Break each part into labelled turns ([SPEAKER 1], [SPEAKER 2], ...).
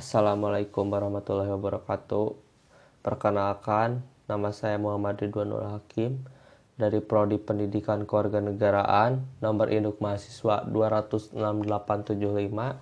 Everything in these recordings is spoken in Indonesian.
[SPEAKER 1] Assalamualaikum warahmatullahi wabarakatuh. Perkenalkan, nama saya Muhammad Ridwanul Hakim dari Prodi Pendidikan Kewarganegaraan, nomor induk mahasiswa 206.875,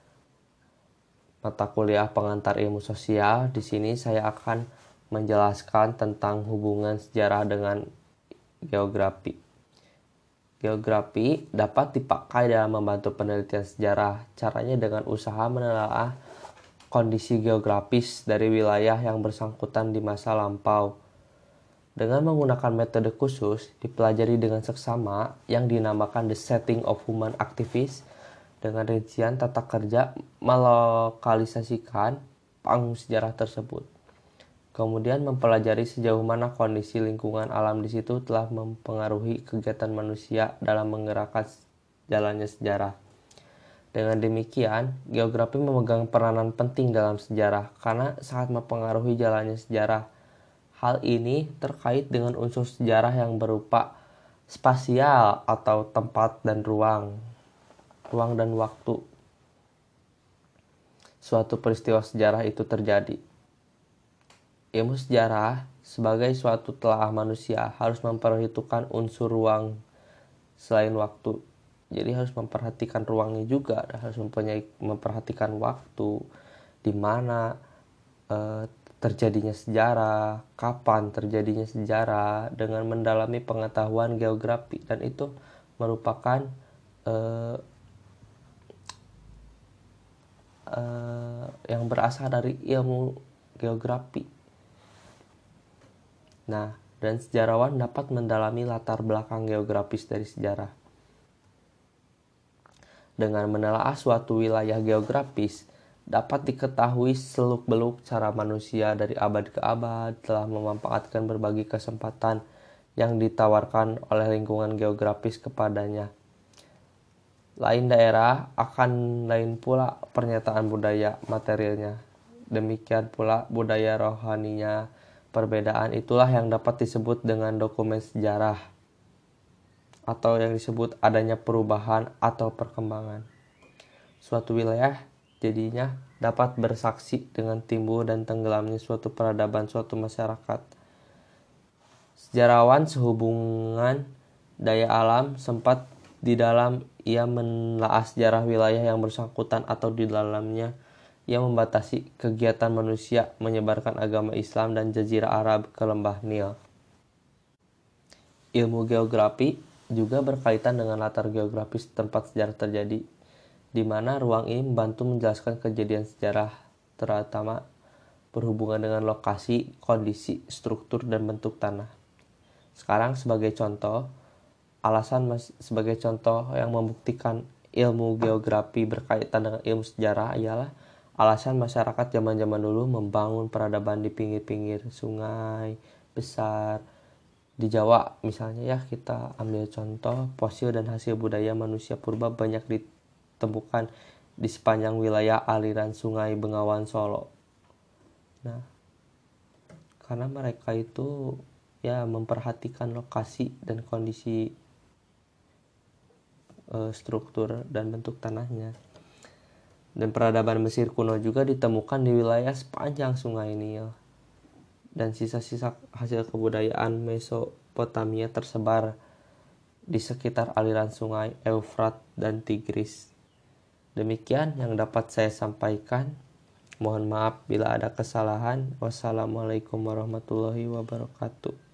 [SPEAKER 1] mata kuliah pengantar ilmu sosial. Di sini saya akan menjelaskan tentang hubungan sejarah dengan geografi. Geografi dapat dipakai dalam membantu penelitian sejarah. Caranya dengan usaha menelaah kondisi geografis dari wilayah yang bersangkutan di masa lampau. Dengan menggunakan metode khusus, dipelajari dengan seksama yang dinamakan The Setting of Human Activities, dengan rincian tata kerja melokalisasikan panggung sejarah tersebut. Kemudian mempelajari sejauh mana kondisi lingkungan alam di situ telah mempengaruhi kegiatan manusia dalam menggerakkan jalannya sejarah. Dengan demikian, geografi memegang peranan penting dalam sejarah karena sangat mempengaruhi jalannya sejarah. Hal ini terkait dengan unsur sejarah yang berupa spasial atau tempat dan ruang dan waktu. Suatu peristiwa sejarah itu terjadi. Ilmu sejarah sebagai suatu telaah manusia harus memperhitungkan unsur ruang selain waktu. Jadi harus memperhatikan ruangnya juga, harus memperhatikan waktu, di mana terjadinya sejarah, kapan terjadinya sejarah, dengan mendalami pengetahuan geografi, dan itu merupakan yang berasal dari ilmu geografi. Nah, dan sejarawan dapat mendalami latar belakang geografis dari sejarah. Dengan menelaah suatu wilayah geografis, dapat diketahui seluk-beluk cara manusia dari abad ke abad telah memanfaatkan berbagai kesempatan yang ditawarkan oleh lingkungan geografis kepadanya. Lain daerah akan lain pula pernyataan budaya materialnya. Demikian pula budaya rohaninya. Perbedaan itulah yang dapat disebut dengan dokumen sejarah, atau yang disebut adanya perubahan atau perkembangan. Suatu wilayah jadinya dapat bersaksi dengan timbul dan tenggelamnya suatu peradaban suatu masyarakat. Sejarawan sehubungan daya alam sempat di dalam ia menelaah sejarah wilayah yang bersangkutan atau di dalamnya ia membatasi kegiatan manusia menyebarkan agama Islam dan Jazirah Arab ke lembah Nil. Ilmu geografi juga berkaitan dengan latar geografis tempat sejarah terjadi, di mana ruang ini membantu menjelaskan kejadian sejarah, terutama berhubungan dengan lokasi, kondisi, struktur, dan bentuk tanah. Sekarang sebagai contoh yang membuktikan ilmu geografi berkaitan dengan ilmu sejarah ialah alasan masyarakat zaman-zaman dulu membangun peradaban di pinggir-pinggir sungai besar. Di Jawa misalnya ya, kita ambil contoh, fosil dan hasil budaya manusia purba banyak ditemukan di sepanjang wilayah aliran sungai Bengawan Solo. Nah, karena mereka itu ya memperhatikan lokasi dan kondisi struktur dan bentuk tanahnya. Dan peradaban Mesir kuno juga ditemukan di wilayah sepanjang sungai Nil. Dan sisa-sisa hasil kebudayaan Mesopotamia tersebar di sekitar aliran sungai Eufrat dan Tigris. Demikian yang dapat saya sampaikan. Mohon maaf bila ada kesalahan. Wassalamualaikum warahmatullahi wabarakatuh.